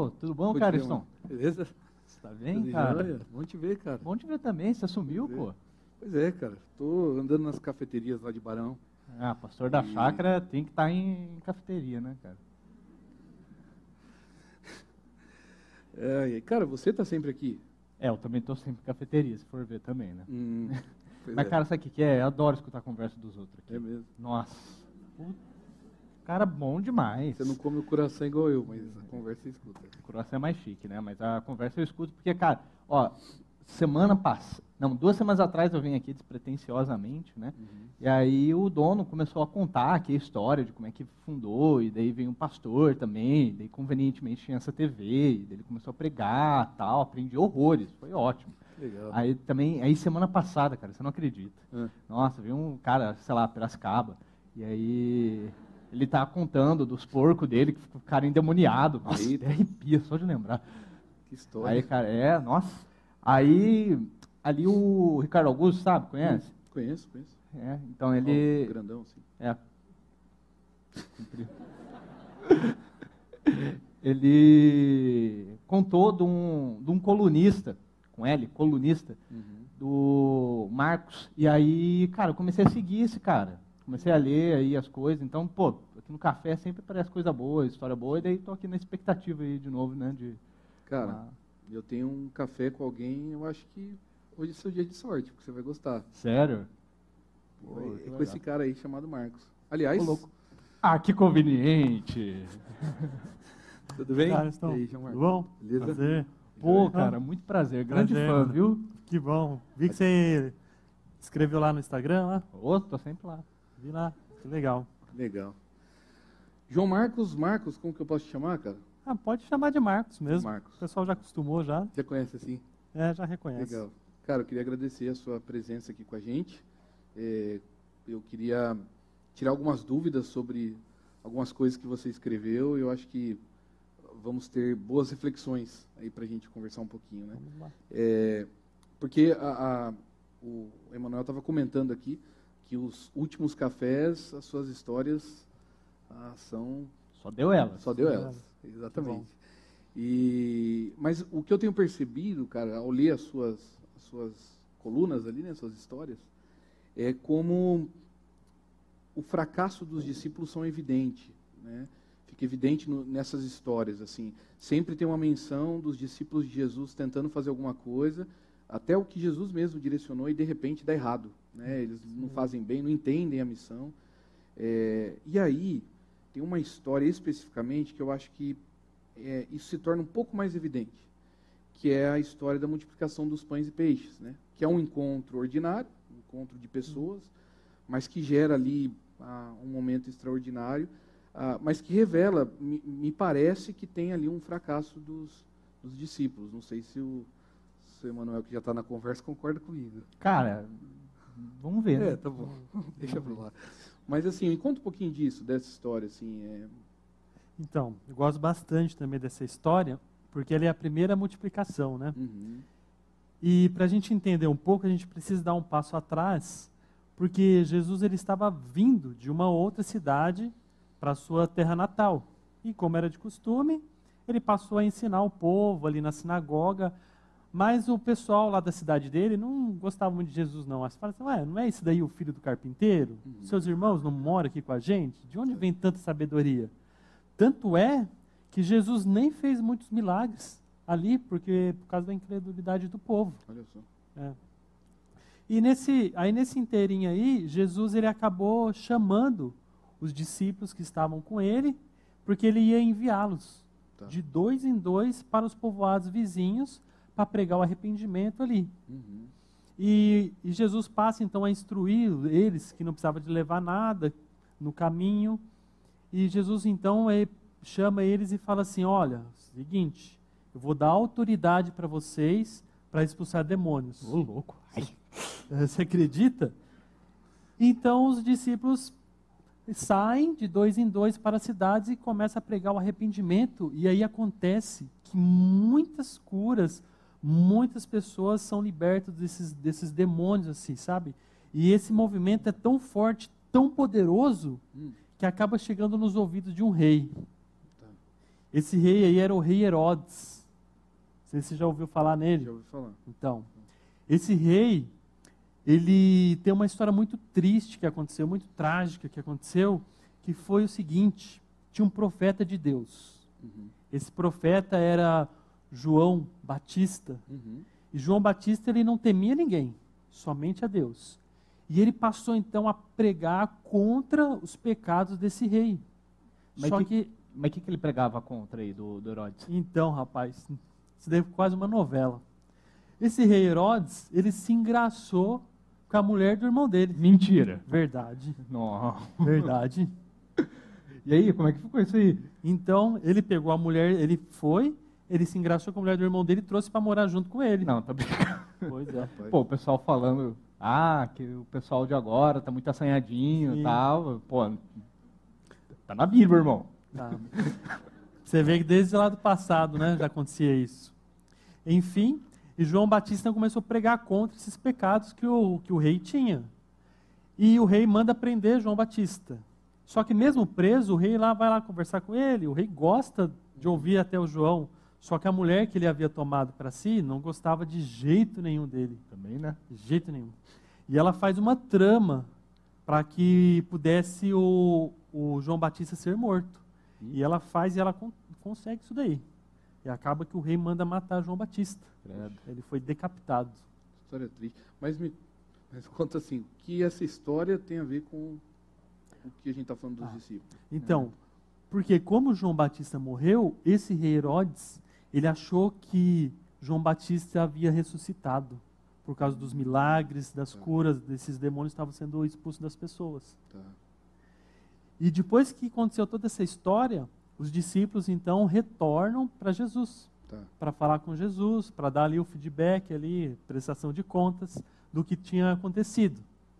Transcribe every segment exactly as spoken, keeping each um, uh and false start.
Ô, tudo bom, Bom cara? dia, mano. Beleza? Você tá bem, Tudo cara? jóia? Bom te ver, cara. Bom te ver também, você sumiu, Prazer. pô. Pois é, cara. Tô andando nas cafeterias lá de Barão. Ah, pastor da E- chácara tem que estar em cafeteria, né, cara? É, e, cara, você tá sempre aqui. É, eu também tô sempre em cafeteria, se for ver também, né? Hum, pois Mas, é. cara, sabe o que que é? Eu adoro escutar a conversa dos outros aqui. É mesmo. Nossa, puta, cara bom demais. Você não come o coração igual eu, mas a conversa você escuta. O coração é mais chique, né? Mas a conversa eu escuto porque, cara, ó, semana passada, não, duas semanas atrás eu vim aqui despretensiosamente, né? Uhum. E aí o dono começou a contar aqui a história de como é que fundou, e daí veio um pastor também, e daí convenientemente tinha essa T V, e daí ele começou a pregar, tal, aprendi horrores, foi ótimo. Legal. Aí também, aí semana passada, cara, você não acredita. Ah, Nossa, veio um cara, sei lá, Piracicaba, e aí ele tá contando dos porcos dele que ficaram endemoniados. Nossa, Eita. até arrepia só de lembrar. que história. Aí, cara, é, nossa. Aí, ali o Ricardo Augusto, sabe, conhece? Hum, Conheço, conheço. É, então Ó, ele... grandão, assim. É. Ele contou de um, de um colunista, com L, colunista, Uhum. do Marcos. E aí, cara, eu comecei a seguir esse cara. Comecei a ler aí as coisas. Então, pô, aqui no café sempre aparece coisa boa, história boa. E daí tô aqui na expectativa aí de novo, né? De Cara, uma- eu tenho um café com alguém, eu acho que hoje é seu dia de sorte, porque você vai gostar. Sério? Pô, Pô, é que com legal. esse cara aí chamado Marcos. Aliás, Ô, louco. Ah, que conveniente. tudo bem? Cara, estão- E aí, João tudo Marcos? bom? Beleza? Prazer. Pô, Ah, cara, muito prazer. Grande prazer, fã, mano. viu? Que bom. Vi que você escreveu lá no Instagram, lá. Ô, tô sempre lá. Vi lá. Que legal. Legal. João Marcos, Marcos, como que eu posso te chamar, cara? Ah, pode chamar de Marcos mesmo. Marcos. O pessoal já acostumou já. Já conhece assim? É, já reconhece. Legal. Cara, eu queria agradecer a sua presença aqui com a gente. É, eu queria tirar algumas dúvidas sobre algumas coisas que você escreveu e eu acho que vamos ter boas reflexões aí para a gente conversar um pouquinho, né? Vamos lá. É, porque a, a, o Emanuel estava comentando aqui que os últimos cafés, as suas histórias ah, são... Só deu ela. Só deu Só elas, bom. exatamente. E, mas o que eu tenho percebido, cara, ao ler as suas, as suas colunas ali, né, suas histórias, é como o fracasso dos discípulos são evidente, né? Fica evidente no, nessas histórias, assim. Sempre tem uma menção dos discípulos de Jesus tentando fazer alguma coisa, até o que Jesus mesmo direcionou e de repente dá errado, né? Eles não fazem bem, não entendem a missão. É, e aí tem uma história especificamente que eu acho que é, isso se torna um pouco mais evidente, que é a história da multiplicação dos pães e peixes, né? Que é um encontro ordinário, um encontro de pessoas, mas que gera ali ah, um momento extraordinário, ah, mas que revela, me, me parece que tem ali um fracasso dos, dos discípulos. Não sei se o, se o Emanuel, que já está na conversa, concorda comigo. Cara, vamos ver. É, né? tá bom. Deixa pra lá. Mas assim, me conta um pouquinho disso, dessa história, assim. É... Então, eu gosto bastante também dessa história, porque ela é a primeira multiplicação, né? Uhum. E para a gente entender um pouco, a gente precisa dar um passo atrás, porque Jesus ele estava vindo de uma outra cidade para a sua terra natal. E como era de costume, ele passou a ensinar o povo ali na sinagoga, mas o pessoal lá da cidade dele não gostava muito de Jesus, não. Eles falavam assim, ué, não é esse daí o filho do carpinteiro? Uhum. Seus irmãos não moram aqui com a gente? De onde vem tanta sabedoria? Tanto é que Jesus nem fez muitos milagres ali, porque por causa da incredulidade do povo. Olha só. É. E nesse, aí nesse inteirinho aí, Jesus ele acabou chamando os discípulos que estavam com ele, porque ele ia enviá-los Tá. de dois em dois para os povoados vizinhos para pregar o arrependimento ali. Uhum. E, e Jesus passa então a instruir eles que não precisava de levar nada no caminho. E Jesus então é, chama eles e fala assim, olha, seguinte, eu vou dar autoridade para vocês para expulsar demônios. Ô, louco. Ai. Você acredita? Então os discípulos saem de dois em dois para as cidades e começam a pregar o arrependimento. E aí acontece que muitas curas, muitas pessoas são libertas desses, desses demônios, assim, sabe? E esse movimento é tão forte, tão poderoso, Hum. que acaba chegando nos ouvidos de um rei. Tá. Esse rei aí era o rei Herodes. Não sei se você já ouviu falar nele. Já ouvi falar. Então, esse rei, ele tem uma história muito triste que aconteceu, muito trágica que aconteceu, que foi o seguinte: tinha um profeta de Deus. Uhum. Esse profeta era João Batista. Uhum. E João Batista, ele não temia ninguém, somente a Deus. E ele passou então a pregar contra os pecados desse rei. Mas Só que, que, mas o que, que ele pregava contra aí do, do Herodes? então, rapaz, isso daí foi quase uma novela. Esse rei Herodes, ele se engraçou com a mulher do irmão dele. Mentira. Verdade, Não. verdade. E aí, como é que ficou isso aí? Então, ele pegou a mulher, ele foi, ele se engraçou com a mulher do irmão dele e trouxe para morar junto com ele. Não, tá brincando. Pois é. Pô, o pessoal falando, ah, que o pessoal de agora tá muito assanhadinho e tal. Pô, tá na Bíblia, irmão. Tá. Você vê que desde lá do passado, né, já acontecia isso. Enfim, e João Batista começou a pregar contra esses pecados que o, que o rei tinha. E o rei manda prender João Batista. Só que mesmo preso, o rei lá vai lá conversar com ele. O rei gosta de ouvir até o João. Só que a mulher que ele havia tomado para si não gostava de jeito nenhum dele. Também, né? De jeito nenhum. E ela faz uma trama para que pudesse o, o João Batista ser morto. E ela faz e ela con consegue isso daí. E acaba que o rei manda matar João Batista. Credo. Ele foi decapitado. História triste. Mas me mas conta assim, o que essa história tem a ver com o que a gente está falando dos Ah. discípulos? Então, porque como João Batista morreu, esse rei Herodes, ele achou que João Batista havia ressuscitado. Por causa dos milagres, das Tá. curas, desses demônios que estavam sendo expulsos das pessoas. Tá. E depois que aconteceu toda essa história, os discípulos então retornam para Jesus, Tá. para falar com Jesus, para dar ali o feedback, ali, prestação de contas do que tinha acontecido.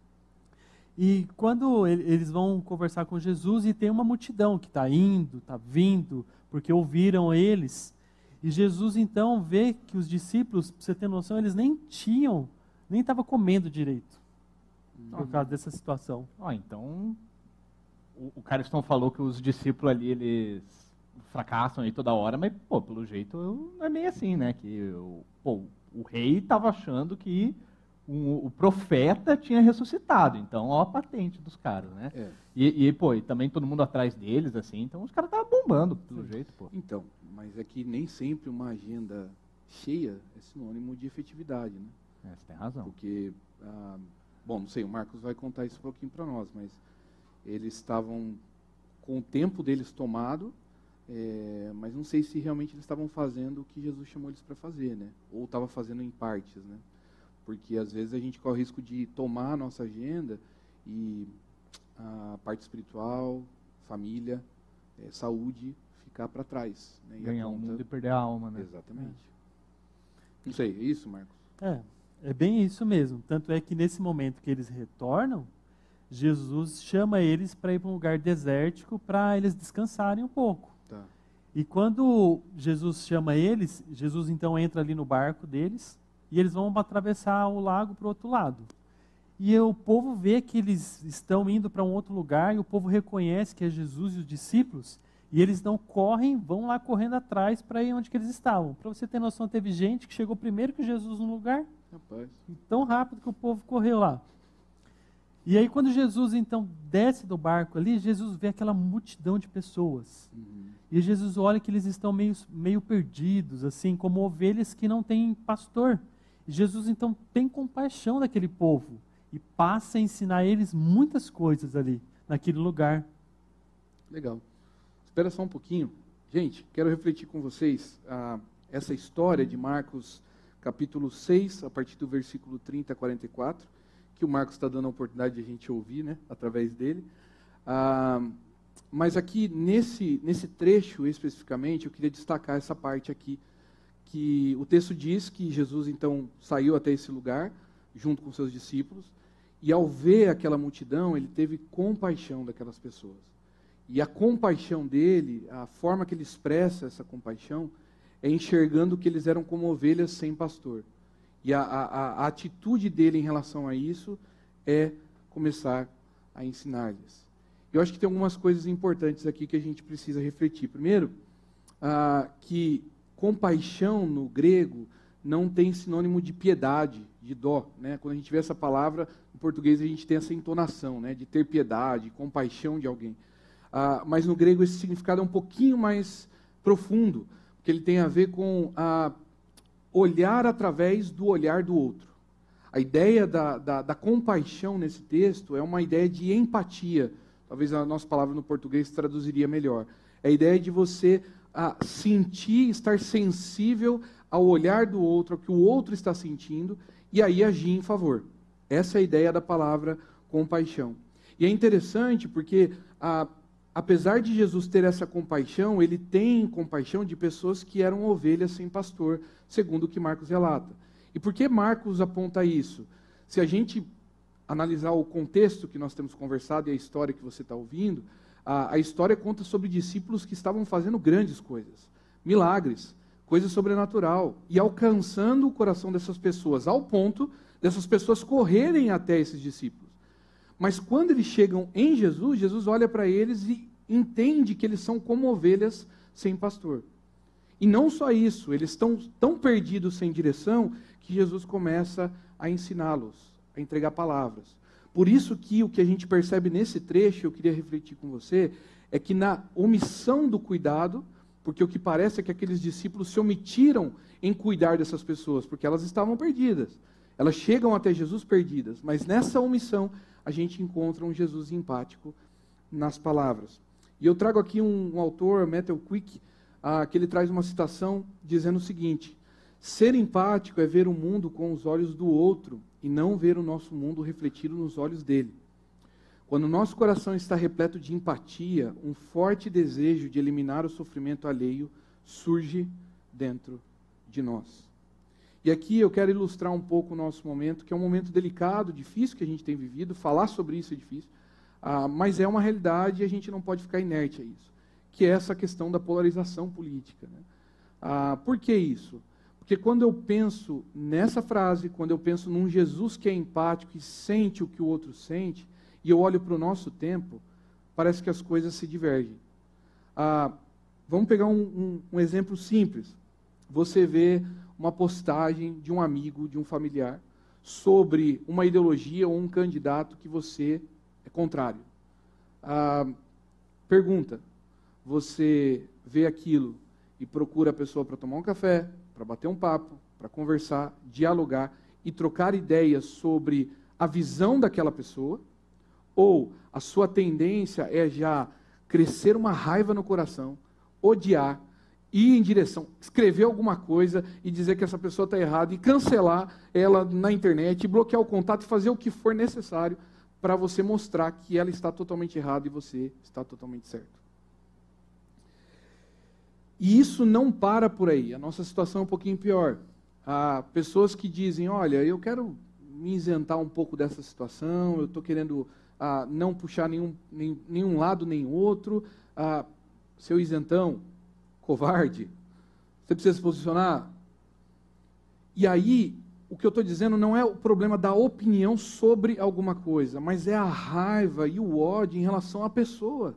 E quando ele- eles vão conversar com Jesus, e tem uma multidão que está indo, está vindo, porque ouviram eles, e Jesus então vê que os discípulos, para você ter noção, eles nem tinham, nem estavam comendo direito, por causa dessa situação. Ó, então, o, o Caristão falou que os discípulos ali, eles fracassam aí toda hora, mas, pô, pelo jeito, não é meio assim, né? Que o, pô, o rei estava achando que o, o profeta tinha ressuscitado, então, ó a patente dos caras, né? É. E, e, pô, e também todo mundo atrás deles, assim, então os caras estavam bombando, pelo jeito, pô. Então, mas é que nem sempre uma agenda cheia é sinônimo de efetividade, né? É, você tem razão. Porque, ah, bom, não sei, o Marcos vai contar isso um pouquinho para nós, mas eles estavam com o tempo deles tomado, é, mas não sei se realmente eles estavam fazendo o que Jesus chamou eles para fazer, né? Ou estava fazendo em partes, né? Porque às vezes a gente corre o risco de tomar a nossa agenda e a parte espiritual, família, é, saúde, ficar para trás. Né? E a Ganhar o conta- mundo e perder a alma, né? Exatamente. Não sei, é isso, Marcos? É, é bem isso mesmo. Tanto é que nesse momento que eles retornam, Jesus chama eles para ir para um lugar desértico para eles descansarem um pouco. Tá. E quando Jesus chama eles, Jesus então entra ali no barco deles e eles vão atravessar o lago para o outro lado. E o povo vê que eles estão indo para um outro lugar e o povo reconhece que é Jesus e os discípulos e eles não correm, vão lá correndo atrás para ir onde que eles estavam. Para você ter noção, teve gente que chegou primeiro que Jesus no lugar, Rapaz. tão rápido que o povo correu lá. E aí quando Jesus então desce do barco ali, Jesus vê aquela multidão de pessoas. Uhum. E Jesus olha que eles estão meio, meio perdidos, assim, como ovelhas que não têm pastor. E Jesus então tem compaixão daquele povo e passa a ensinar eles muitas coisas ali, naquele lugar. Legal. Espera só um pouquinho. Gente, quero refletir com vocês ah, essa história de Marcos, capítulo seis, a partir do versículo trinta a quarenta e quatro, que o Marcos está dando a oportunidade de a gente ouvir, né, através dele. Ah, mas aqui, nesse, nesse trecho especificamente, eu queria destacar essa parte aqui, que o texto diz que Jesus, então, saiu até esse lugar, junto com seus discípulos, e ao ver aquela multidão, ele teve compaixão daquelas pessoas. E a compaixão dele, a forma que ele expressa essa compaixão, é enxergando que eles eram como ovelhas sem pastor. E a, a, a atitude dele em relação a isso é começar a ensinar-lhes. Eu acho que tem algumas coisas importantes aqui que a gente precisa refletir. Primeiro, ah, que compaixão no grego não tem sinônimo de piedade, de dó, né? Quando a gente vê essa palavra, em português a gente tem essa entonação, né? De ter piedade, compaixão de alguém. Ah, mas no grego esse significado é um pouquinho mais profundo, porque ele tem a ver com ah, olhar através do olhar do outro. A ideia da, da, da compaixão nesse texto é uma ideia de empatia. Talvez a nossa palavra no português traduziria melhor. É a ideia de você ah, sentir, estar sensível ao olhar do outro, ao que o outro está sentindo, e aí agir em favor. Essa é a ideia da palavra compaixão. E é interessante porque, ah, apesar de Jesus ter essa compaixão, ele tem compaixão de pessoas que eram ovelhas sem pastor, segundo o que Marcos relata. E por que Marcos aponta isso? Se a gente analisar o contexto que nós temos conversado e a história que você está ouvindo, a, a história conta sobre discípulos que estavam fazendo grandes coisas, milagres, coisa sobrenatural, e alcançando o coração dessas pessoas, ao ponto dessas pessoas correrem até esses discípulos. Mas quando eles chegam em Jesus, Jesus olha para eles e entende que eles são como ovelhas sem pastor. E não só isso, eles estão tão perdidos sem direção que Jesus começa a ensiná-los, a entregar palavras. Por isso que o que a gente percebe nesse trecho, eu queria refletir com você, é que na omissão do cuidado, porque o que parece é que aqueles discípulos se omitiram em cuidar dessas pessoas, porque elas estavam perdidas. Elas chegam até Jesus perdidas, mas nessa omissão a gente encontra um Jesus empático nas palavras. E eu trago aqui um, um autor, Matthew Quick, ah, que ele traz uma citação dizendo o seguinte: ser empático é ver o mundo com os olhos do outro e não ver o nosso mundo refletido nos olhos dele. Quando o nosso coração está repleto de empatia, um forte desejo de eliminar o sofrimento alheio surge dentro de nós. E aqui eu quero ilustrar um pouco o nosso momento, que é um momento delicado, difícil que a gente tem vivido. Falar sobre isso é difícil, ah, mas é uma realidade e a gente não pode ficar inerte a isso, que é essa questão da polarização política, né? Ah, por que isso? Porque quando eu penso nessa frase, quando eu penso num Jesus que é empático e sente o que o outro sente, e eu olho para o nosso tempo, parece que as coisas se divergem. Ah, vamos pegar um, um, um exemplo simples. Você vê uma postagem de um amigo, de um familiar, sobre uma ideologia ou um candidato que você é contrário. Ah, pergunta, você vê aquilo e procura a pessoa para tomar um café, para bater um papo, para conversar, dialogar e trocar ideias sobre a visão daquela pessoa, ou a sua tendência é já crescer uma raiva no coração, odiar, ir em direção, escrever alguma coisa e dizer que essa pessoa está errada e cancelar ela na internet, bloquear o contato e fazer o que for necessário para você mostrar que ela está totalmente errada e você está totalmente certo. E isso não para por aí. A nossa situação é um pouquinho pior. Há pessoas que dizem, olha, eu quero me isentar um pouco dessa situação, eu estou querendo ah, não puxar nenhum, nenhum, nenhum lado nem outro. Ah, seu isentão, covarde, você precisa se posicionar. E aí, o que eu estou dizendo não é o problema da opinião sobre alguma coisa, mas é a raiva e o ódio em relação à pessoa,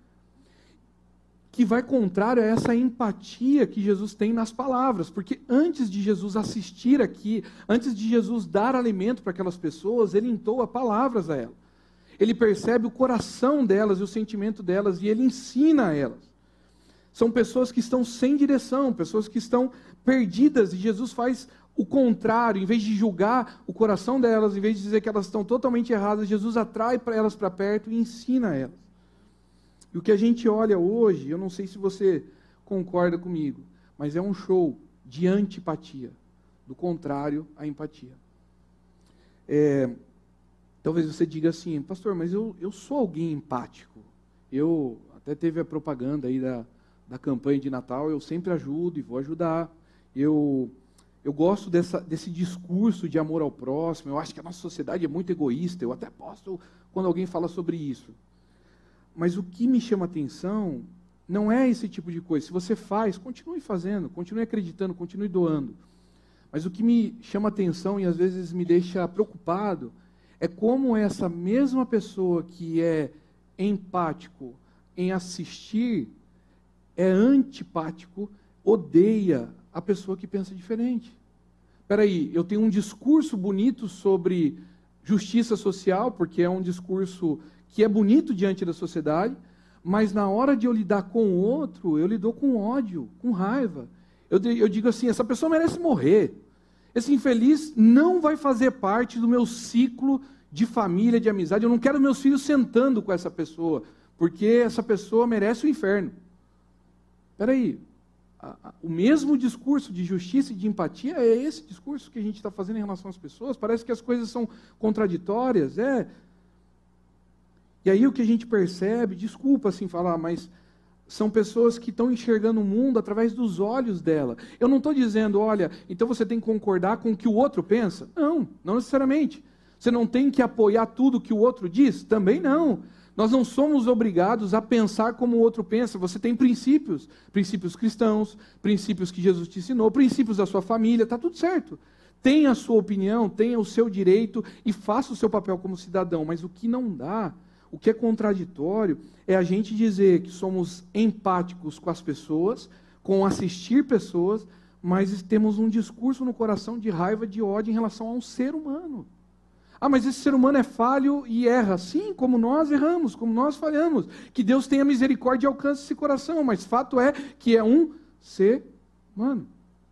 que vai contrário a essa empatia que Jesus tem nas palavras, porque antes de Jesus assistir aqui, antes de Jesus dar alimento para aquelas pessoas, ele entoa palavras a elas. Ele percebe o coração delas e o sentimento delas, e ele ensina a elas. São pessoas que estão sem direção, pessoas que estão perdidas, e Jesus faz o contrário. Em vez de julgar o coração delas, em vez de dizer que elas estão totalmente erradas, Jesus atrai para elas para perto e ensina a elas. E o que a gente olha hoje, eu não sei se você concorda comigo, mas é um show de antipatia, do contrário à empatia. É, talvez você diga assim, pastor, mas eu, eu sou alguém empático. Eu, até teve a propaganda aí da, da campanha de Natal, eu sempre ajudo e vou ajudar. Eu, eu gosto dessa, desse discurso de amor ao próximo, eu acho que a nossa sociedade é muito egoísta, eu até posto quando alguém fala sobre isso. Mas o que me chama atenção não é esse tipo de coisa. Se você faz, continue fazendo, continue acreditando, continue doando. Mas o que me chama atenção e às vezes me deixa preocupado é como essa mesma pessoa que é empático em assistir é antipático, odeia a pessoa que pensa diferente. Espera aí, eu tenho um discurso bonito sobre justiça social, porque é um discurso que é bonito diante da sociedade, mas na hora de eu lidar com o outro, eu lido com ódio, com raiva. Eu, eu digo assim, essa pessoa merece morrer. Esse infeliz não vai fazer parte do meu ciclo de família, de amizade. Eu não quero meus filhos sentando com essa pessoa, porque essa pessoa merece o inferno. Espera aí, o mesmo discurso de justiça e de empatia é esse discurso que a gente está fazendo em relação às pessoas? Parece que as coisas são contraditórias, é... E aí o que a gente percebe, desculpa assim falar, mas são pessoas que estão enxergando o mundo através dos olhos dela. Eu não estou dizendo, olha, então você tem que concordar com o que o outro pensa. Não, não necessariamente. Você não tem que apoiar tudo que o outro diz? Também não. Nós não somos obrigados a pensar como o outro pensa. Você tem princípios, princípios cristãos, princípios que Jesus te ensinou, princípios da sua família, está tudo certo. Tenha a sua opinião, tenha o seu direito e faça o seu papel como cidadão, mas o que não dá... O que é contraditório é a gente dizer que somos empáticos com as pessoas, com assistir pessoas, mas temos um discurso no coração de raiva, de ódio em relação a um ser humano. Ah, mas esse ser humano é falho e erra. Sim, como nós erramos, como nós falhamos. Que Deus tenha misericórdia e alcance esse coração, mas fato é que é um ser humano.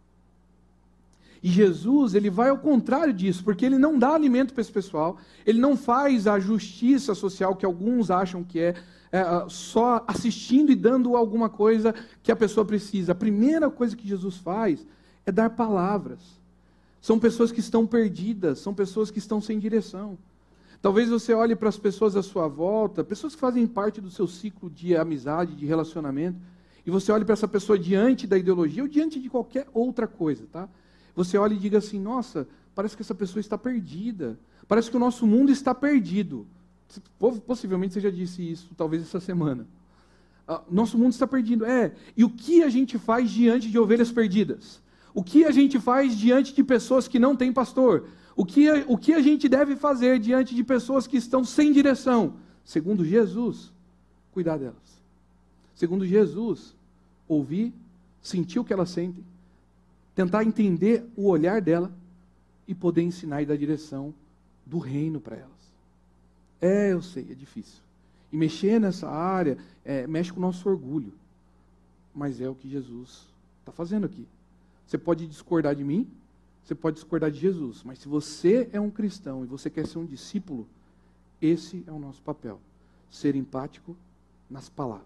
E Jesus, ele vai ao contrário disso, porque ele não dá alimento para esse pessoal, ele não faz a justiça social que alguns acham que é, é só assistindo e dando alguma coisa que a pessoa precisa. A primeira coisa que Jesus faz é dar palavras. São pessoas que estão perdidas, são pessoas que estão sem direção. Talvez você olhe para as pessoas à sua volta, pessoas que fazem parte do seu ciclo de amizade, de relacionamento, e você olhe para essa pessoa diante da ideologia ou diante de qualquer outra coisa, tá? Você olha e diga assim, nossa, parece que essa pessoa está perdida. Parece que o nosso mundo está perdido. Possivelmente você já disse isso, talvez essa semana. Ah, nosso mundo está perdido. É, e o que a gente faz diante de ovelhas perdidas? O que a gente faz diante de pessoas que não têm pastor? O que, o que a gente deve fazer diante de pessoas que estão sem direção? Segundo Jesus, cuidar delas. Segundo Jesus, ouvir, sentir o que elas sentem, tentar entender o olhar dela e poder ensinar e dar direção do reino para elas. É, eu sei, é difícil. E mexer nessa área é, mexe com o nosso orgulho. Mas é o que Jesus está fazendo aqui. Você pode discordar de mim, você pode discordar de Jesus, mas se você é um cristão e você quer ser um discípulo, esse é o nosso papel. Ser empático nas palavras.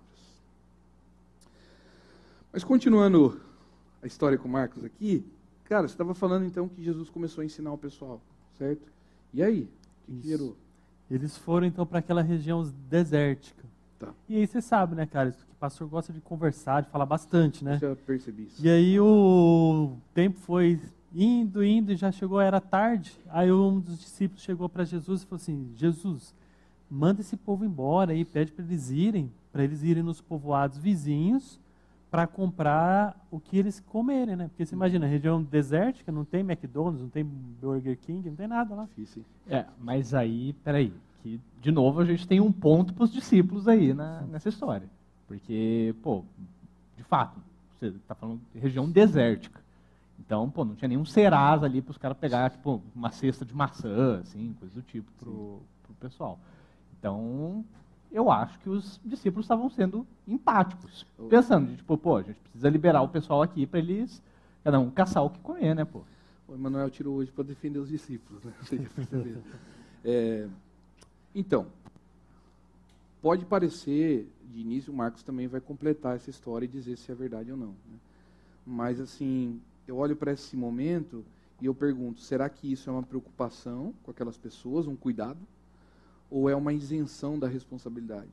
Mas continuando a história com Marcos aqui, cara, você estava falando então que Jesus começou a ensinar o pessoal, certo? E aí? O que, que gerou? Eles foram então para aquela região desértica. Tá. E aí você sabe, né, cara, que o pastor gosta de conversar, de falar bastante, né? Já percebi isso. E aí o tempo foi indo, indo, e já chegou, era tarde. Aí um dos discípulos chegou para Jesus e falou assim, Jesus, manda esse povo embora e pede para eles irem, para eles irem nos povoados vizinhos, para comprar o que eles comerem, né? Porque você imagina, região desértica, não tem McDonald's, não tem Burger King, não tem nada lá. Difícil. É, mas aí, peraí, que de novo a gente tem um ponto para os discípulos aí na, nessa história. Porque, pô, de fato, você está falando de região desértica. Então, pô, não tinha nenhum Serasa ali para os caras pegar, tipo, uma cesta de maçã, assim, coisa do tipo pro, pro pessoal. Então, eu acho que os discípulos estavam sendo empáticos, pensando, de, tipo, pô, a gente precisa liberar o pessoal aqui para eles, cada um caçar o que comer, né, pô. O Emanuel tirou hoje para defender os discípulos, né? Você já percebeu. É, então, pode parecer, de início o Marcos também vai completar essa história e dizer se é verdade ou não, né? Mas assim, eu olho para esse momento e eu pergunto, será que isso é uma preocupação com aquelas pessoas, um cuidado? Ou é uma isenção da responsabilidade?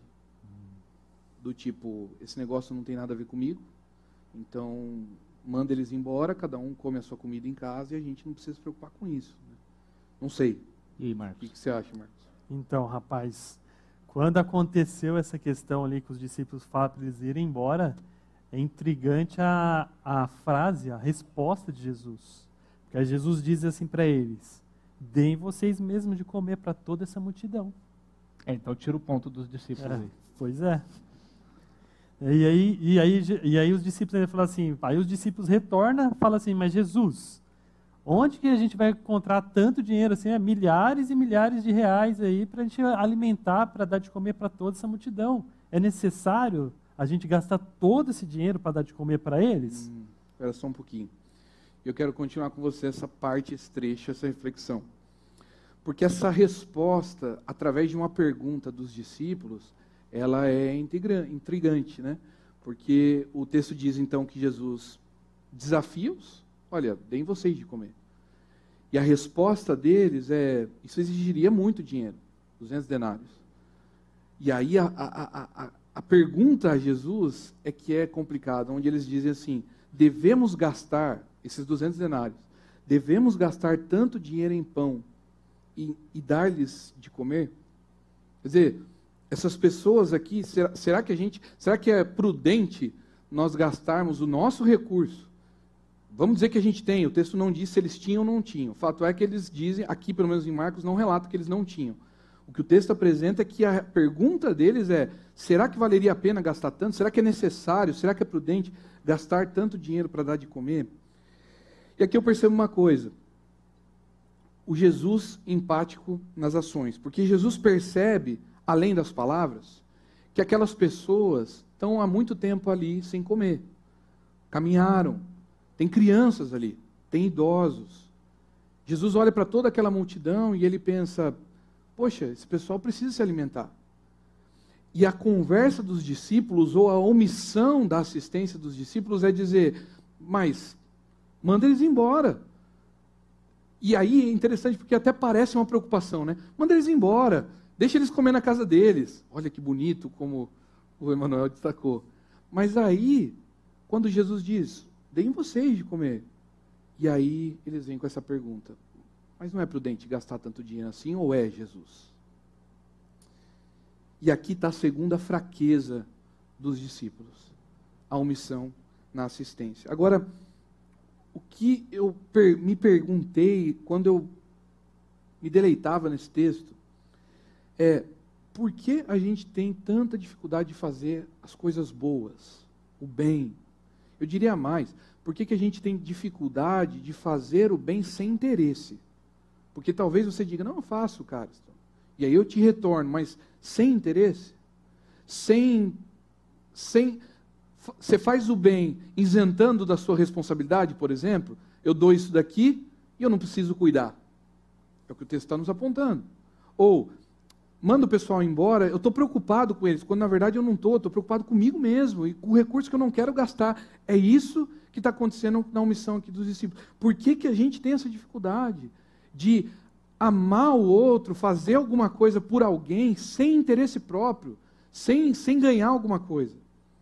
Do tipo, esse negócio não tem nada a ver comigo, então manda eles embora, cada um come a sua comida em casa e a gente não precisa se preocupar com isso, né? Não sei. E aí, Marcos? O que, que você acha, Marcos? Então, rapaz, quando aconteceu essa questão ali que os discípulos falam para eles irem embora, é intrigante a, a frase, a resposta de Jesus. Porque Jesus diz assim para eles, deem vocês mesmos de comer para toda essa multidão. É, então tira o ponto dos discípulos É, aí. pois é. E aí, e aí, e aí os discípulos falam assim, aí os discípulos retornam, falam assim, mas Jesus, onde que a gente vai encontrar tanto dinheiro assim, é, milhares e milhares de reais aí para a gente alimentar, para dar de comer para toda essa multidão? É necessário a gente gastar todo esse dinheiro para dar de comer para eles? Hum, espera só um pouquinho. Eu quero continuar com você essa parte, esse trecho, essa reflexão. Porque essa resposta, através de uma pergunta dos discípulos, ela é intrigante, né? Porque o texto diz então que Jesus desafia-os, olha, deem vocês de comer. E a resposta deles é, isso exigiria muito dinheiro, duzentos denários. E aí a, a, a, a pergunta a Jesus é que é complicada, onde eles dizem assim, devemos gastar, esses duzentos denários, devemos gastar tanto dinheiro em pão e, e dar-lhes de comer? Quer dizer, essas pessoas aqui, será, será que a gente, será que é prudente nós gastarmos o nosso recurso? Vamos dizer que a gente tem, o texto não diz se eles tinham ou não tinham. O fato é que eles dizem, aqui pelo menos em Marcos, não relata que eles não tinham. O que o texto apresenta é que a pergunta deles é, será que valeria a pena gastar tanto? Será que é necessário? Será que é prudente gastar tanto dinheiro para dar de comer? E aqui eu percebo uma coisa, o Jesus empático nas ações, porque Jesus percebe, além das palavras, que aquelas pessoas estão há muito tempo ali sem comer, caminharam, tem crianças ali, tem idosos. Jesus olha para toda aquela multidão e ele pensa, poxa, esse pessoal precisa se alimentar. E a conversa dos discípulos, ou a omissão da assistência dos discípulos é dizer, mas manda eles embora. E aí é interessante porque até parece uma preocupação, né? Manda eles embora, deixa eles comer na casa deles. Olha que bonito como o Emanuel destacou. Mas aí, quando Jesus diz, deem vocês de comer. E aí eles vêm com essa pergunta, mas não é prudente gastar tanto dinheiro assim, ou é, Jesus? E aqui está a segunda fraqueza dos discípulos, a omissão na assistência. Agora, o que eu per- me perguntei quando eu me deleitava nesse texto é, por que a gente tem tanta dificuldade de fazer as coisas boas, o bem? Eu diria mais, por que, que a gente tem dificuldade de fazer o bem sem interesse? Porque talvez você diga, não, eu faço, cara. E aí eu te retorno, mas sem interesse? Sem, sem, você faz o bem isentando da sua responsabilidade, por exemplo? Eu dou isso daqui e eu não preciso cuidar. É o que o texto está nos apontando. Ou, manda o pessoal embora, eu estou preocupado com eles, quando na verdade eu não estou, estou preocupado comigo mesmo, e com o recurso que eu não quero gastar. É isso que está acontecendo na omissão aqui dos discípulos. Por que, que a gente tem essa dificuldade de amar o outro, fazer alguma coisa por alguém, sem interesse próprio, sem, sem ganhar alguma coisa?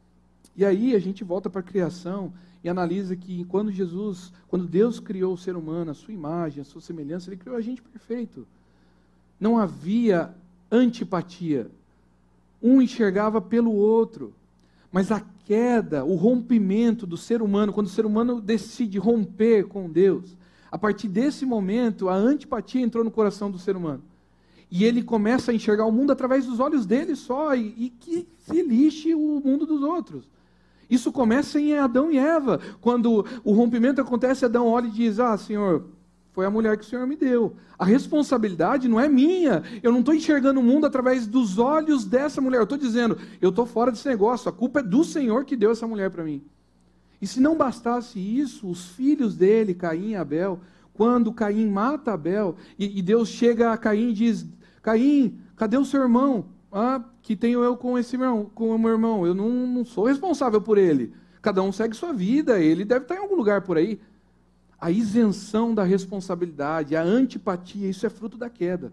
E aí a gente volta para a criação e analisa que quando Jesus, quando Deus criou o ser humano, a sua imagem, a sua semelhança, Ele criou a gente perfeito. Não havia antipatia. Um enxergava pelo outro. Mas a queda, o rompimento do ser humano, quando o ser humano decide romper com Deus, a partir desse momento, a antipatia entrou no coração do ser humano. E ele começa a enxergar o mundo através dos olhos dele só, e, e que se lixe o mundo dos outros. Isso começa em Adão e Eva. Quando o rompimento acontece, Adão olha e diz, ah, Senhor, foi a mulher que o Senhor me deu. A responsabilidade não é minha. Eu não estou enxergando o mundo através dos olhos dessa mulher. Eu estou dizendo, eu estou fora desse negócio. A culpa é do Senhor que deu essa mulher para mim. E se não bastasse isso, os filhos dele, Caim e Abel, quando Caim mata Abel, e, e Deus chega a Caim e diz, Caim, cadê o seu irmão? Ah, que tenho eu com esse meu, com o meu irmão. Eu não, não sou responsável por ele. Cada um segue sua vida, ele deve estar em algum lugar por aí. A isenção da responsabilidade, a antipatia, isso é fruto da queda.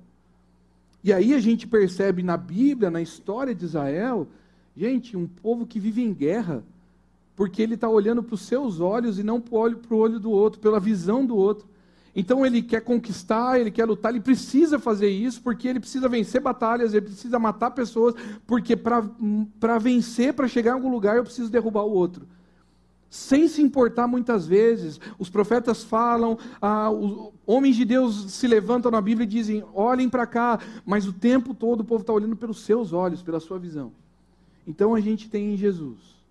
E aí a gente percebe na Bíblia, na história de Israel, gente, um povo que vive em guerra, porque ele está olhando para os seus olhos e não para o olho, para o olho do outro, pela visão do outro. Então ele quer conquistar, ele quer lutar, ele precisa fazer isso, porque ele precisa vencer batalhas, ele precisa matar pessoas, porque para vencer, para chegar em algum lugar, eu preciso derrubar o outro. Sem se importar muitas vezes, os profetas falam, ah, os homens de Deus se levantam na Bíblia e dizem, olhem para cá, mas o tempo todo o povo está olhando pelos seus olhos, pela sua visão. Então a gente tem em Jesus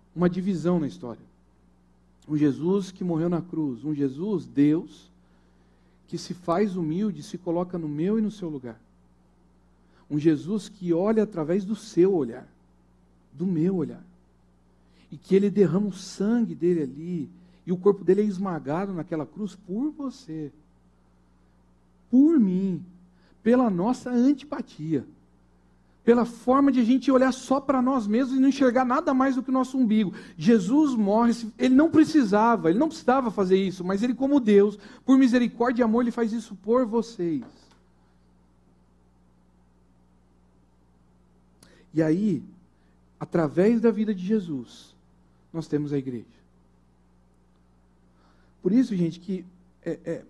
uma divisão na história. Um Jesus que morreu na cruz, um Jesus, Deus, que se faz humilde, se coloca no meu e no seu lugar. Um Jesus que olha através do seu olhar, do meu olhar. E que ele derrama o sangue dele ali, e o corpo dele é esmagado naquela cruz por você, por mim, pela nossa antipatia, pela forma de a gente olhar só para nós mesmos e não enxergar nada mais do que o nosso umbigo. Jesus morre, ele não precisava, ele não precisava fazer isso, mas ele, como Deus, por misericórdia e amor, ele faz isso por vocês. E aí, através da vida de Jesus, nós temos a igreja. Por isso, gente, que é, é,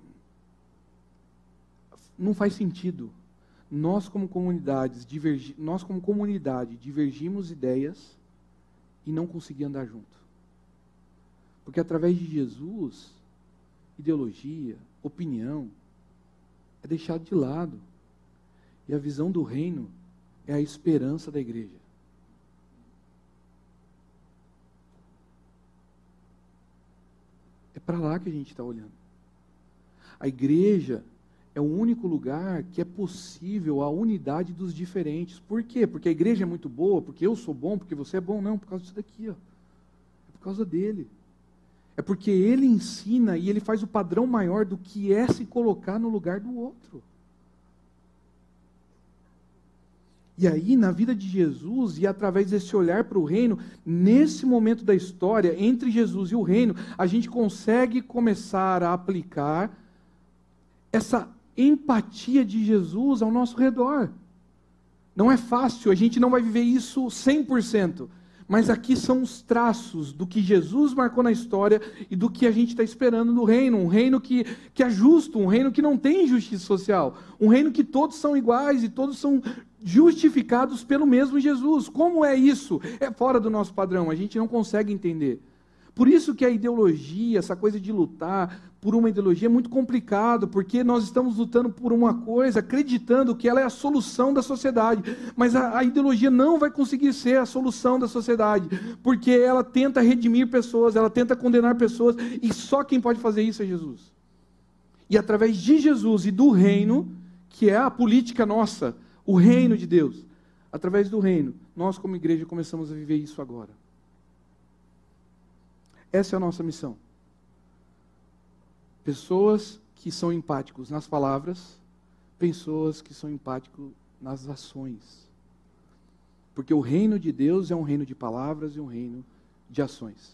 não faz sentido nós como comunidades divergi, nós como comunidade divergimos ideias e não conseguir andar junto. Porque através de Jesus, ideologia, opinião, é deixado de lado. E a visão do reino é a esperança da igreja. É para lá que a gente está olhando. A igreja é o único lugar que é possível a unidade dos diferentes. Por quê? Porque a igreja é muito boa, porque eu sou bom, porque você é bom. Não, por causa disso daqui. Ó. É por causa dele. É porque ele ensina e ele faz o padrão maior do que é se colocar no lugar do outro. E aí, na vida de Jesus, e através desse olhar para o reino, nesse momento da história, entre Jesus e o reino, a gente consegue começar a aplicar essa empatia de Jesus ao nosso redor. Não é fácil, a gente não vai viver isso cem por cento, mas aqui são os traços do que Jesus marcou na história e do que a gente está esperando no reino, um reino que, que é justo, um reino que não tem injustiça social, um reino que todos são iguais e todos são justificados pelo mesmo Jesus. Como é isso? É fora do nosso padrão, a gente não consegue entender. Por isso que a ideologia, essa coisa de lutar por uma ideologia é muito complicado, porque nós estamos lutando por uma coisa, acreditando que ela é a solução da sociedade, mas a, a ideologia não vai conseguir ser a solução da sociedade, porque ela tenta redimir pessoas, ela tenta condenar pessoas, e só quem pode fazer isso é Jesus. E através de Jesus e do reino, que é a política nossa, o reino de Deus, através do reino, nós como igreja começamos a viver isso agora. Essa é a nossa missão. Pessoas que são empáticos nas palavras, pessoas que são empáticos nas ações. Porque o reino de Deus é um reino de palavras e um reino de ações.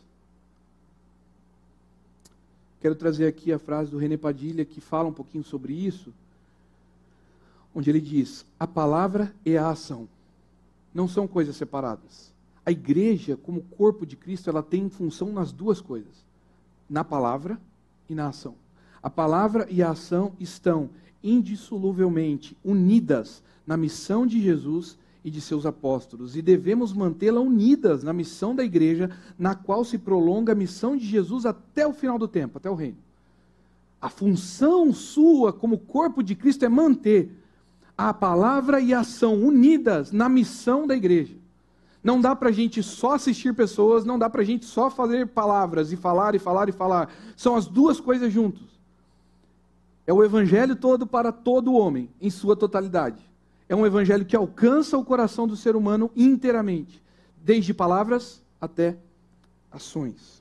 Quero trazer aqui a frase do René Padilha, que fala um pouquinho sobre isso, onde ele diz: a palavra e a ação não são coisas separadas. A igreja, como corpo de Cristo, ela tem função nas duas coisas, na palavra e na ação. A palavra e a ação estão indissoluvelmente unidas na missão de Jesus e de seus apóstolos, e devemos mantê-la unidas na missão da igreja, na qual se prolonga a missão de Jesus até o final do tempo, até o reino. A função sua como corpo de Cristo é manter a palavra e a ação unidas na missão da igreja. Não dá para a gente só assistir pessoas, não dá para a gente só fazer palavras e falar e falar e falar. São as duas coisas juntos. É o evangelho todo para todo homem, em sua totalidade. É um evangelho que alcança o coração do ser humano inteiramente, desde palavras até ações.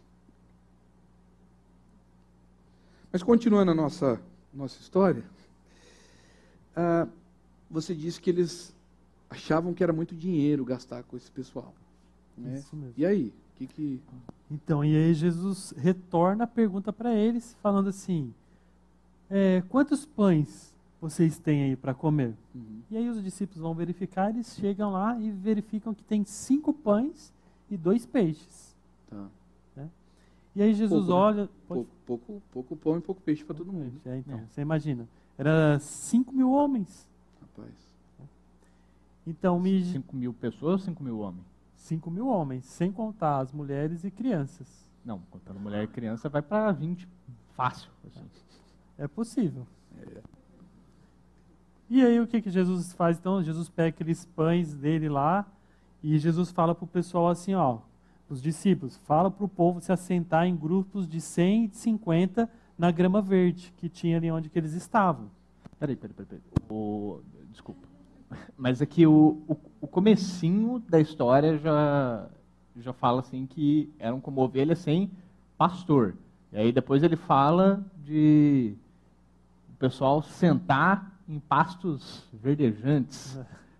Mas continuando a nossa, nossa história, ah, você disse que eles achavam que era muito dinheiro gastar com esse pessoal. Né? Isso mesmo. E aí? Que que... Então, e aí Jesus retorna a pergunta para eles, falando assim, é, quantos pães vocês têm aí para comer? Uhum. E aí os discípulos vão verificar, eles chegam lá e verificam que tem cinco pães e dois peixes. Tá. Né? E aí Jesus pouco, olha... Né? Pode... Pouco, pouco, pouco pão e pouco peixe para todo mundo. É, então, É. você imagina, era cinco mil homens. Rapaz. Então, me... cinco mil pessoas ou cinco mil homens? cinco mil homens, sem contar as mulheres e crianças. Não, contando mulher e criança vai para vinte, fácil. Assim. É possível. É. E aí o que, que Jesus faz? Então, Jesus pega aqueles pães dele lá e Jesus fala para o pessoal assim, ó, os discípulos, fala para o povo se assentar em grupos de cem e de cinquenta na grama verde que tinha ali onde que eles estavam. Peraí, peraí, peraí. peraí. O, desculpa. Mas aqui o, o, o comecinho da história já, já fala assim que eram como ovelhas sem pastor. E aí depois ele fala de o pessoal sentar em pastos verdejantes.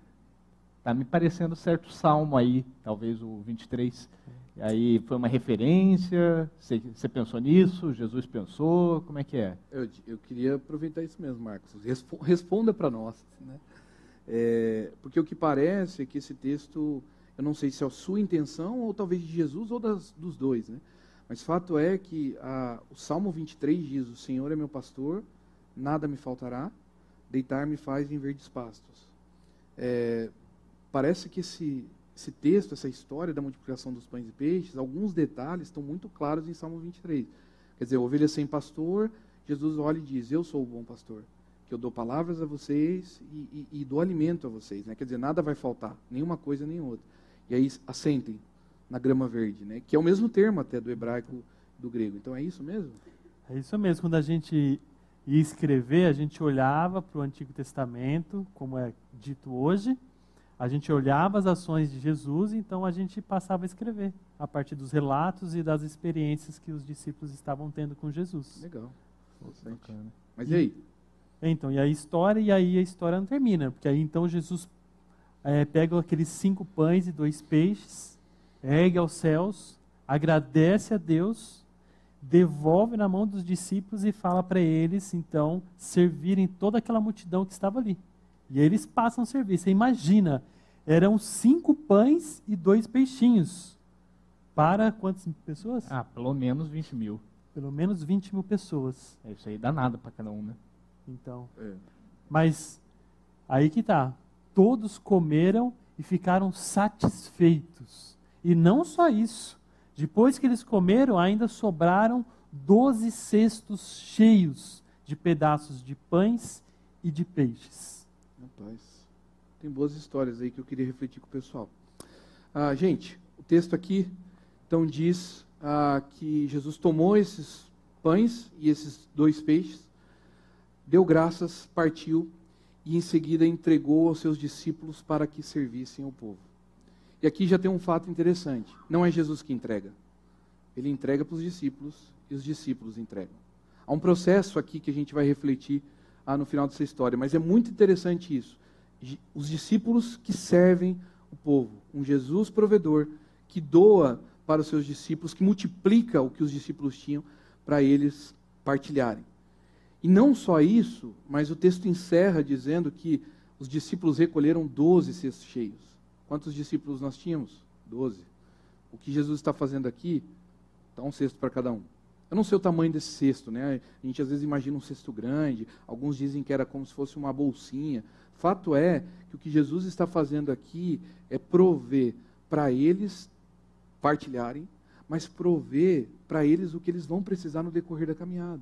Tá me parecendo certo salmo aí, talvez o vinte e três. E aí foi uma referência? Você, você pensou nisso? Jesus pensou? Como é que é? Eu, eu queria aproveitar isso mesmo, Marcos. Respo- Responda para nós. Né? É, porque o que parece é que esse texto, eu não sei se é a sua intenção, ou talvez de Jesus, ou das, dos dois. Né? Mas fato é que a, o Salmo vinte e três diz: o Senhor é meu pastor, nada me faltará, deitar-me faz em verdes pastos. É, parece que esse, esse texto, essa história da multiplicação dos pães e peixes, alguns detalhes estão muito claros em Salmo vinte e três. Quer dizer, ovelha sem pastor, Jesus olha e diz: eu sou o bom pastor, que eu dou palavras a vocês e, e, e dou alimento a vocês. Né? Quer dizer, nada vai faltar, nenhuma coisa nem outra. E aí assentem na grama verde, né? Que é o mesmo termo até do hebraico do grego. Então é isso mesmo? É isso mesmo. Quando a gente ia escrever, a gente olhava para o Antigo Testamento, como é dito hoje, a gente olhava as ações de Jesus, então a gente passava a escrever, a partir dos relatos e das experiências que os discípulos estavam tendo com Jesus. Legal. Bacana. Mas e aí? Então, e a história, e aí a história não termina, porque aí então Jesus é, pega aqueles cinco pães e dois peixes, ergue aos céus, agradece a Deus, devolve na mão dos discípulos e fala para eles, então, servirem toda aquela multidão que estava ali. E eles passam a servir. Você imagina, eram cinco pães e dois peixinhos. Para quantas pessoas? Ah, pelo menos vinte mil. Pelo menos vinte mil pessoas. É isso aí, dá nada para cada um, né? Então, É. mas aí que tá. Todos comeram e ficaram satisfeitos. E não só isso. Depois que eles comeram, ainda sobraram doze cestos cheios de pedaços de pães e de peixes. Rapaz, tem boas histórias aí que eu queria refletir com o pessoal. Ah, gente, o texto aqui, então, diz ah, que Jesus tomou esses pães e esses dois peixes, deu graças, partiu e em seguida entregou aos seus discípulos para que servissem ao povo. E aqui já tem um fato interessante. Não é Jesus que entrega. Ele entrega para os discípulos e os discípulos entregam. Há um processo aqui que a gente vai refletir ah, no final dessa história, mas é muito interessante isso. Os discípulos que servem o povo. Um Jesus provedor que doa para os seus discípulos, que multiplica o que os discípulos tinham para eles partilharem. E não só isso, mas o texto encerra dizendo que os discípulos recolheram doze cestos cheios. Quantos discípulos nós tínhamos? Doze. O que Jesus está fazendo aqui, dá um cesto para cada um. Eu não sei o tamanho desse cesto, né? A gente às vezes imagina um cesto grande, alguns dizem que era como se fosse uma bolsinha. Fato é que o que Jesus está fazendo aqui é prover para eles partilharem, mas prover para eles o que eles vão precisar no decorrer da caminhada.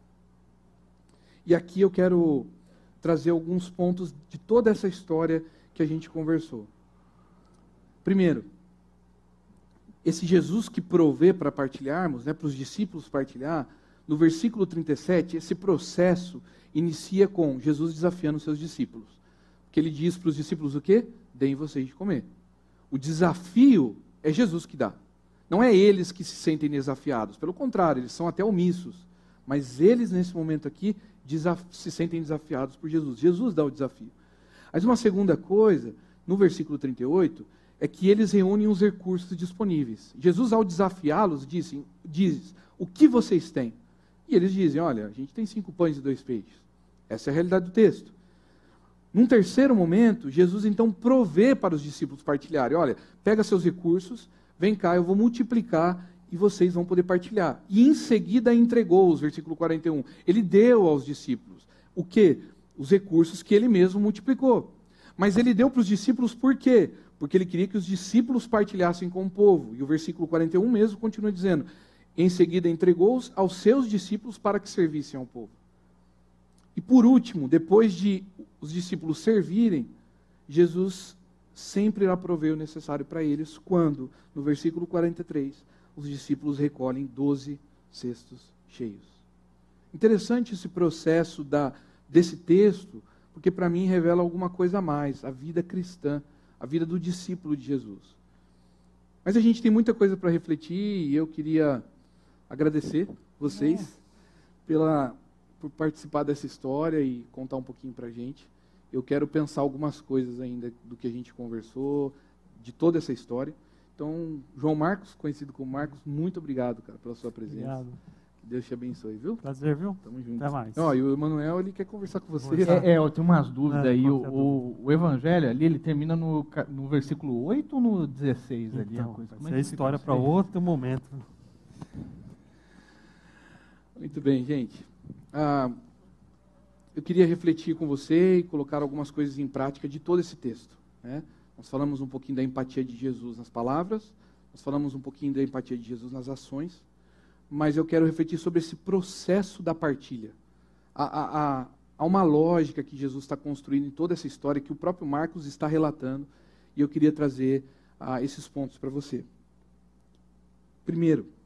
E aqui eu quero trazer alguns pontos de toda essa história que a gente conversou. Primeiro, esse Jesus que provê para partilharmos, né, para os discípulos partilhar, no versículo trinta e sete, esse processo inicia com Jesus desafiando os seus discípulos. Porque ele diz para os discípulos o quê? Deem vocês de comer. O desafio é Jesus que dá. Não é eles que se sentem desafiados. Pelo contrário, eles são até omissos. Mas eles, nesse momento aqui, desaf- se sentem desafiados por Jesus. Jesus dá o desafio. Mas uma segunda coisa, no versículo trinta e oito, é que eles reúnem os recursos disponíveis. Jesus, ao desafiá-los, diz, diz, o que vocês têm? E eles dizem, olha, a gente tem cinco pães e dois peixes. Essa é a realidade do texto. Num terceiro momento, Jesus então provê para os discípulos partilharem. Olha, pega seus recursos, vem cá, eu vou multiplicar e vocês vão poder partilhar. E em seguida entregou-os, versículo quarenta e um. Ele deu aos discípulos o quê? Os recursos que ele mesmo multiplicou. Mas ele deu para os discípulos por quê? Porque ele queria que os discípulos partilhassem com o povo. E o versículo quarenta e um mesmo continua dizendo, em seguida entregou-os aos seus discípulos para que servissem ao povo. E por último, depois de os discípulos servirem, Jesus sempre irá prover o necessário para eles, quando, no versículo quarenta e três, os discípulos recolhem doze cestos cheios. Interessante esse processo da, desse texto, porque para mim revela alguma coisa a mais, a vida cristã, a vida do discípulo de Jesus. Mas a gente tem muita coisa para refletir, e eu queria agradecer vocês é. pela, por participar dessa história e contar um pouquinho para a gente. Eu quero pensar algumas coisas ainda do que a gente conversou, de toda essa história. Então, João Marcos, conhecido como Marcos, muito obrigado, cara, pela sua presença. Obrigado. Que Deus te abençoe, viu? Prazer, viu? Tamo junto. Até mais. Ó, e o Emanuel, ele quer conversar com você. É, é, eu tenho umas dúvidas É, aí. O, qual que é a o, o Evangelho ali, ele termina no, ca- no versículo oito ou no dezesseis ali? a Então, coisa? vai Como ser é a que fica história isso para aí? outro momento. Muito bem, gente. Ah, eu queria refletir com você e colocar algumas coisas em prática de todo esse texto, né? Nós falamos um pouquinho da empatia de Jesus nas palavras, nós falamos um pouquinho da empatia de Jesus nas ações, mas eu quero refletir sobre esse processo da partilha. Há, há, há, há uma lógica que Jesus está construindo em toda essa história, que o próprio Marcos está relatando, e eu queria trazer ah, esses pontos para você. Primeiro,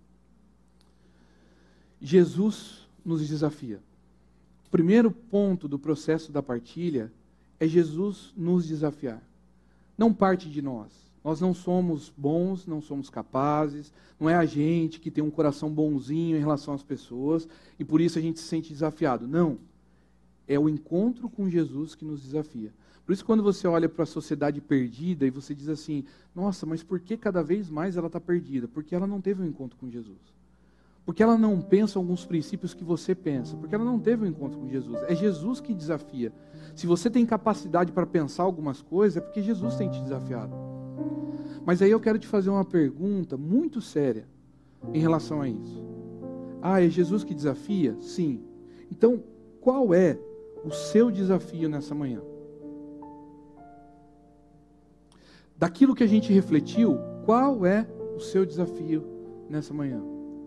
Jesus nos desafia. O primeiro ponto do processo da partilha é Jesus nos desafiar. Não parte de nós. Nós não somos bons, não somos capazes, não é a gente que tem um coração bonzinho em relação às pessoas e por isso a gente se sente desafiado. Não. É o encontro com Jesus que nos desafia. Por isso, quando você olha para a sociedade perdida e você diz assim, nossa, mas por que cada vez mais ela está perdida? Porque ela não teve um encontro com Jesus. Porque ela não pensa alguns princípios que você pensa. Porque ela não teve um encontro com Jesus. É Jesus que desafia. Se você tem capacidade para pensar algumas coisas, é porque Jesus tem te desafiado. Mas aí eu quero te fazer uma pergunta muito séria em relação a isso. Ah, é Jesus que desafia? Sim. Então, qual é o seu desafio nessa manhã? Daquilo que a gente refletiu, qual é o seu desafio nessa manhã?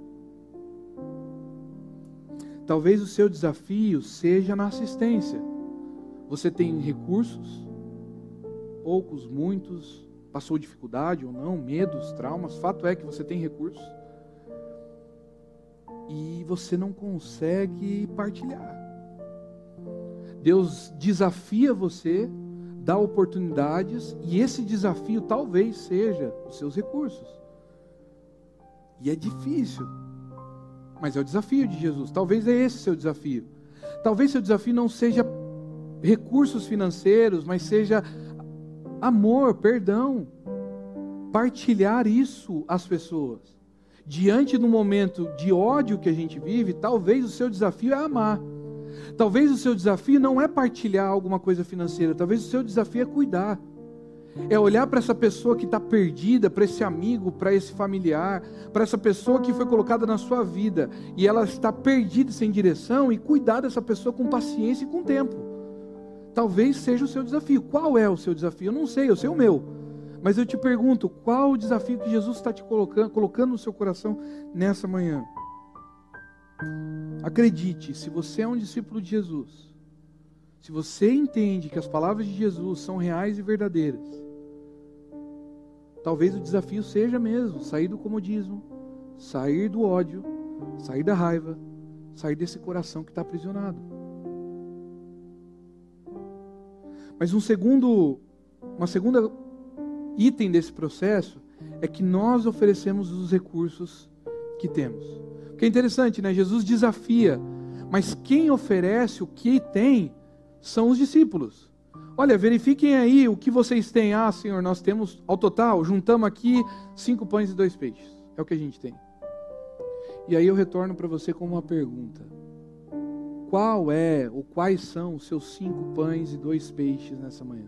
Talvez o seu desafio seja na assistência. Você tem recursos, poucos, muitos, passou dificuldade ou não, medos, traumas, fato é que você tem recursos. E você não consegue partilhar. Deus desafia você, dá oportunidades, e esse desafio talvez seja os seus recursos. E é difícil, mas é o desafio de Jesus. Talvez é esse seu desafio. Talvez seu desafio não seja recursos financeiros, mas seja amor, perdão. Partilhar isso às pessoas. Diante do momento de ódio que a gente vive, talvez o seu desafio é amar. Talvez o seu desafio não é partilhar alguma coisa financeira, talvez o seu desafio é cuidar. É olhar para essa pessoa que está perdida, para esse amigo, para esse familiar, para essa pessoa que foi colocada na sua vida e ela está perdida e sem direção, e cuidar dessa pessoa com paciência e com tempo. Talvez seja o seu desafio. Qual é o seu desafio? Eu não sei, eu sei o meu. Mas eu te pergunto, qual o desafio que Jesus está te colocando, colocando no seu coração nessa manhã? Acredite, se você é um discípulo de Jesus, se você entende que as palavras de Jesus são reais e verdadeiras, talvez o desafio seja mesmo sair do comodismo, sair do ódio, sair da raiva, sair desse coração que está aprisionado. Mas um segundo, uma segunda item desse processo é que nós oferecemos os recursos que temos. Porque é interessante, né? Jesus desafia, mas quem oferece o que tem são os discípulos. Olha, verifiquem aí o que vocês têm. Ah, Senhor, nós temos, ao total, juntamos aqui cinco pães e dois peixes. É o que a gente tem. E aí eu retorno para você com uma pergunta. Qual é, ou quais são os seus cinco pães e dois peixes nessa manhã?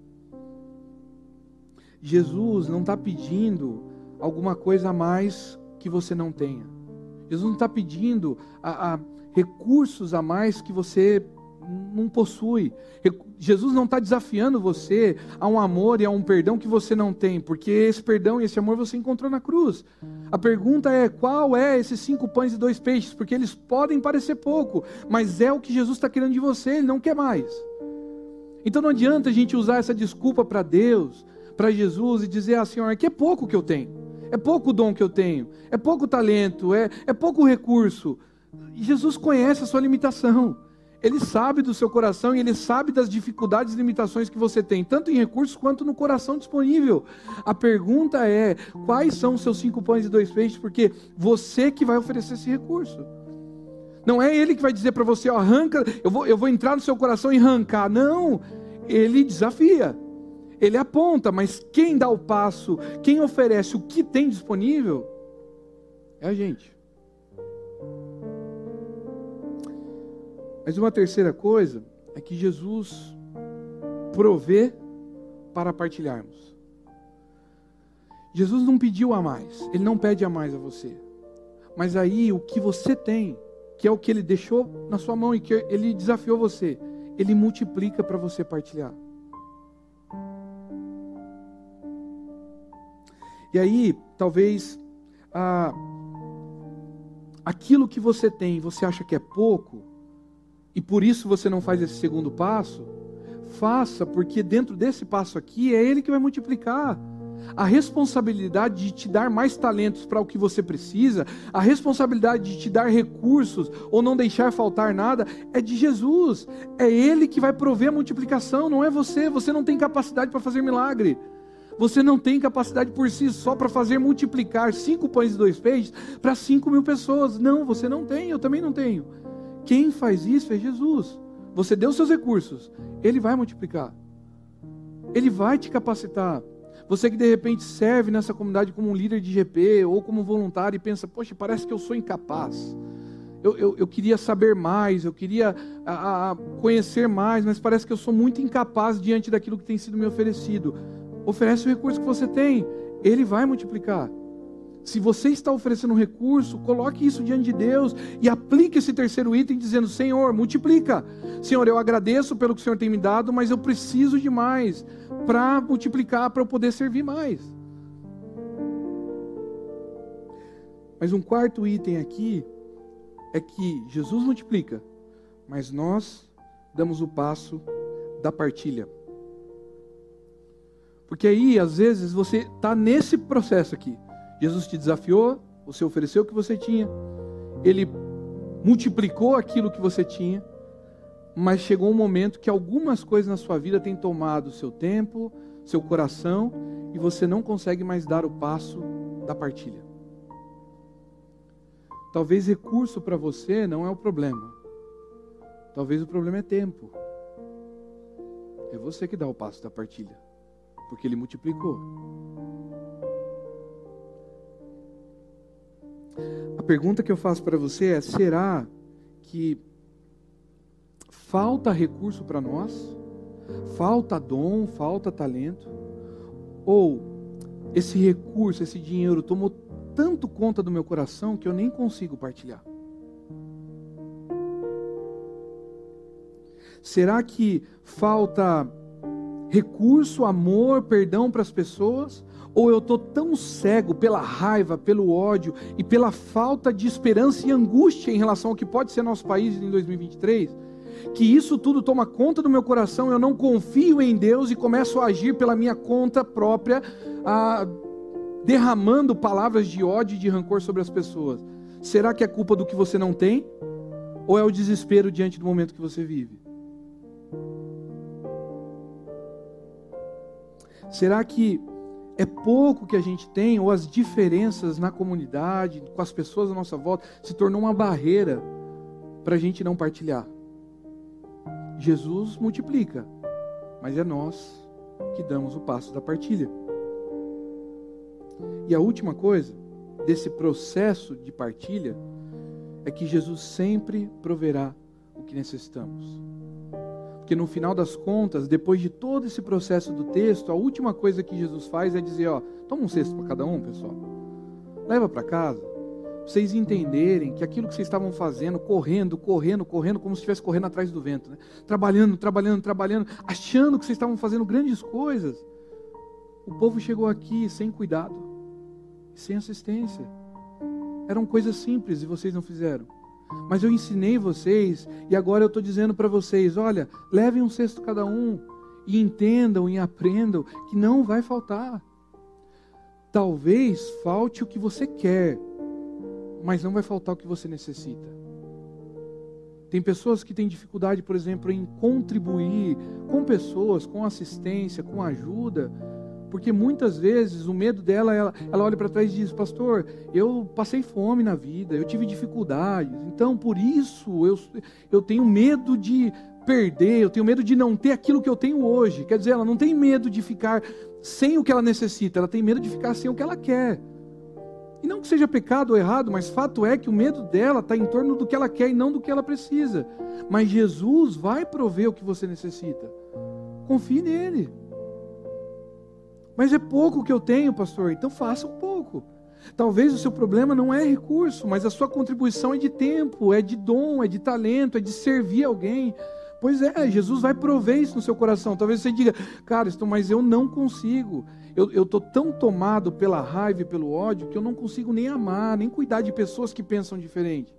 Jesus não está pedindo alguma coisa a mais que você não tenha. Jesus não está pedindo a, a recursos a mais que você não possui. Jesus não está desafiando você a um amor e a um perdão que você não tem, porque esse perdão e esse amor você encontrou na cruz. A pergunta é, qual é esses cinco pães e dois peixes? Porque eles podem parecer pouco, mas é o que Jesus está querendo de você, Ele não quer mais. Então não adianta a gente usar essa desculpa para Deus, para Jesus e dizer: ah, Senhor, é que é pouco que eu tenho, é pouco o dom que eu tenho, é pouco o talento, é, é pouco o recurso. E Jesus conhece a sua limitação. Ele sabe do seu coração e Ele sabe das dificuldades e limitações que você tem, tanto em recursos quanto no coração disponível. A pergunta é: quais são os seus cinco pães e dois peixes? Porque você que vai oferecer esse recurso. Não é Ele que vai dizer para você: ó, arranca, eu vou, eu vou entrar no seu coração e arrancar. Não, Ele desafia, Ele aponta, mas quem dá o passo, quem oferece o que tem disponível, é a gente. Mas uma terceira coisa é que Jesus provê para partilharmos. Jesus não pediu a mais, Ele não pede a mais a você. Mas aí o que você tem, que é o que Ele deixou na sua mão e que Ele desafiou você, Ele multiplica para você partilhar. E aí, talvez, ah, aquilo que você tem, você acha que é pouco, e por isso você não faz esse segundo passo, faça, porque dentro desse passo aqui é Ele que vai multiplicar. A responsabilidade de te dar mais talentos para o que você precisa, a responsabilidade de te dar recursos ou não deixar faltar nada, é de Jesus. É Ele que vai prover a multiplicação, não é você. Você não tem capacidade para fazer milagre. Você não tem capacidade por si só para fazer multiplicar cinco pães e dois peixes para cinco mil pessoas. Não, você não tem, eu também não tenho. Quem faz isso é Jesus. Você deu seus recursos, Ele vai multiplicar. Ele vai te capacitar. Você que de repente serve nessa comunidade como um líder de G P ou como voluntário e pensa: poxa, parece que eu sou incapaz. Eu, eu, eu queria saber mais, eu queria a, a, conhecer mais, mas parece que eu sou muito incapaz diante daquilo que tem sido me oferecido. Oferece o recurso que você tem, Ele vai multiplicar. Se você está oferecendo um recurso, coloque isso diante de Deus e aplique esse terceiro item dizendo: Senhor, multiplica. Senhor, eu agradeço pelo que o Senhor tem me dado, mas eu preciso de mais para multiplicar, para eu poder servir mais. Mas um quarto item aqui é que Jesus multiplica, mas nós damos o passo da partilha. Porque aí, às vezes, você está nesse processo aqui. Jesus te desafiou, você ofereceu o que você tinha, Ele multiplicou aquilo que você tinha, mas chegou um momento que algumas coisas na sua vida têm tomado seu tempo, seu coração, e você não consegue mais dar o passo da partilha. Talvez recurso para você não é o problema, talvez o problema é tempo. É você que dá o passo da partilha, porque Ele multiplicou. A pergunta que eu faço para você é: será que falta recurso para nós? Falta dom, falta talento? Ou esse recurso, esse dinheiro tomou tanto conta do meu coração que eu nem consigo partilhar? Será que falta recurso, amor, perdão para as pessoas? Ou eu estou tão cego pela raiva, pelo ódio e pela falta de esperança e angústia em relação ao que pode ser nosso país em dois mil e vinte e três, que isso tudo toma conta do meu coração, eu não confio em Deus e começo a agir pela minha conta própria, a, derramando palavras de ódio e de rancor sobre as pessoas? Será que é culpa do que você não tem? Ou é o desespero diante do momento que você vive? Será que é pouco que a gente tem, ou as diferenças na comunidade, com as pessoas à nossa volta, se tornou uma barreira para a gente não partilhar? Jesus multiplica, mas é nós que damos o passo da partilha. E a última coisa desse processo de partilha é que Jesus sempre proverá o que necessitamos. Porque no final das contas, depois de todo esse processo do texto, a última coisa que Jesus faz é dizer: ó, toma um cesto para cada um, pessoal, leva para casa, pra vocês entenderem que aquilo que vocês estavam fazendo, correndo, correndo, correndo, como se estivesse correndo atrás do vento, né? trabalhando, trabalhando, trabalhando, achando que vocês estavam fazendo grandes coisas, o povo chegou aqui sem cuidado, sem assistência, eram coisas simples e vocês não fizeram. Mas eu ensinei vocês, e agora eu estou dizendo para vocês: olha, levem um cesto cada um, e entendam e aprendam que não vai faltar. Talvez falte o que você quer, mas não vai faltar o que você necessita. Tem pessoas que têm dificuldade, por exemplo, em contribuir com pessoas, com assistência, com ajuda, porque muitas vezes o medo dela, ela, ela olha para trás e diz: pastor, eu passei fome na vida, eu tive dificuldades, então por isso eu, eu tenho medo de perder, eu tenho medo de não ter aquilo que eu tenho hoje. Quer dizer, ela não tem medo de ficar sem o que ela necessita, ela tem medo de ficar sem o que ela quer. E não que seja pecado ou errado, mas fato é que o medo dela está em torno do que ela quer e não do que ela precisa. Mas Jesus vai prover o que você necessita. Confie nele. Mas é pouco que eu tenho, pastor, então faça um pouco. Talvez o seu problema não é recurso, mas a sua contribuição é de tempo, é de dom, é de talento, é de servir alguém. Pois é, Jesus vai prover isso no seu coração. Talvez você diga: cara, mas eu não consigo. Eu estou tão tomado pela raiva e pelo ódio que eu não consigo nem amar, nem cuidar de pessoas que pensam diferente.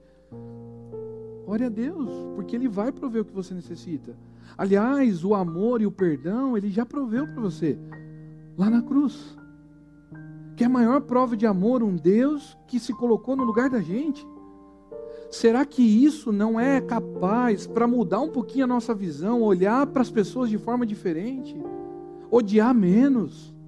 Ore a Deus, porque Ele vai prover o que você necessita. Aliás, o amor e o perdão, Ele já proveu para você, lá na cruz. Que é a maior prova de amor, um Deus que se colocou no lugar da gente. Será que isso não é capaz para mudar um pouquinho a nossa visão, olhar para as pessoas de forma diferente, odiar menos?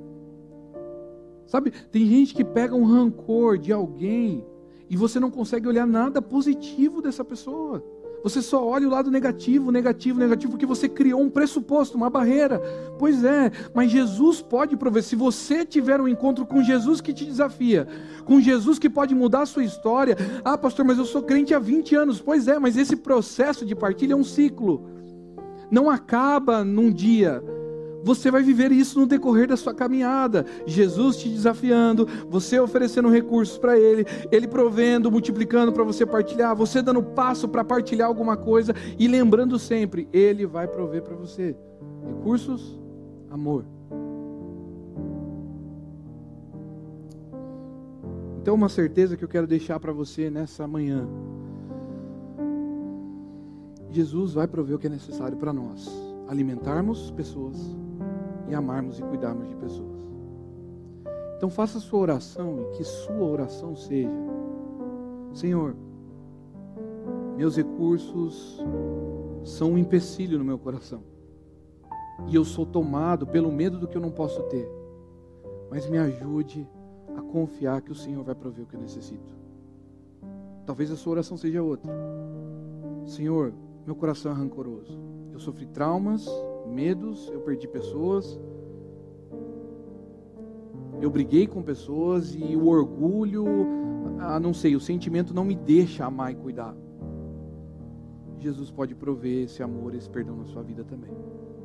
Sabe, tem gente que pega um rancor de alguém e você não consegue olhar nada positivo dessa pessoa. Você só olha o lado negativo, negativo, negativo, porque você criou um pressuposto, uma barreira. Pois é, mas Jesus pode prover. Se você tiver um encontro com Jesus que te desafia, com Jesus que pode mudar a sua história. Ah, pastor, mas eu sou crente há vinte anos. Pois é, mas esse processo de partilha é um ciclo. Não acaba num dia. Você vai viver isso no decorrer da sua caminhada. Jesus te desafiando, você oferecendo recursos para Ele, Ele provendo, multiplicando para você partilhar, você dando passo para partilhar alguma coisa e lembrando sempre, Ele vai prover para você. Recursos, amor. Então uma certeza que eu quero deixar para você nessa manhã. Jesus vai prover o que é necessário para nós. Alimentarmos pessoas e amarmos e cuidarmos de pessoas. Então faça a sua oração e que sua oração seja: Senhor, meus recursos são um empecilho no meu coração. E eu sou tomado pelo medo do que eu não posso ter. Mas me ajude a confiar que o Senhor vai prover o que eu necessito. Talvez a sua oração seja outra. Senhor, meu coração é rancoroso. Eu sofri traumas, medos, eu perdi pessoas, eu briguei com pessoas e o orgulho, ah, não sei, o sentimento não me deixa amar e cuidar. Jesus pode prover esse amor, esse perdão na sua vida também.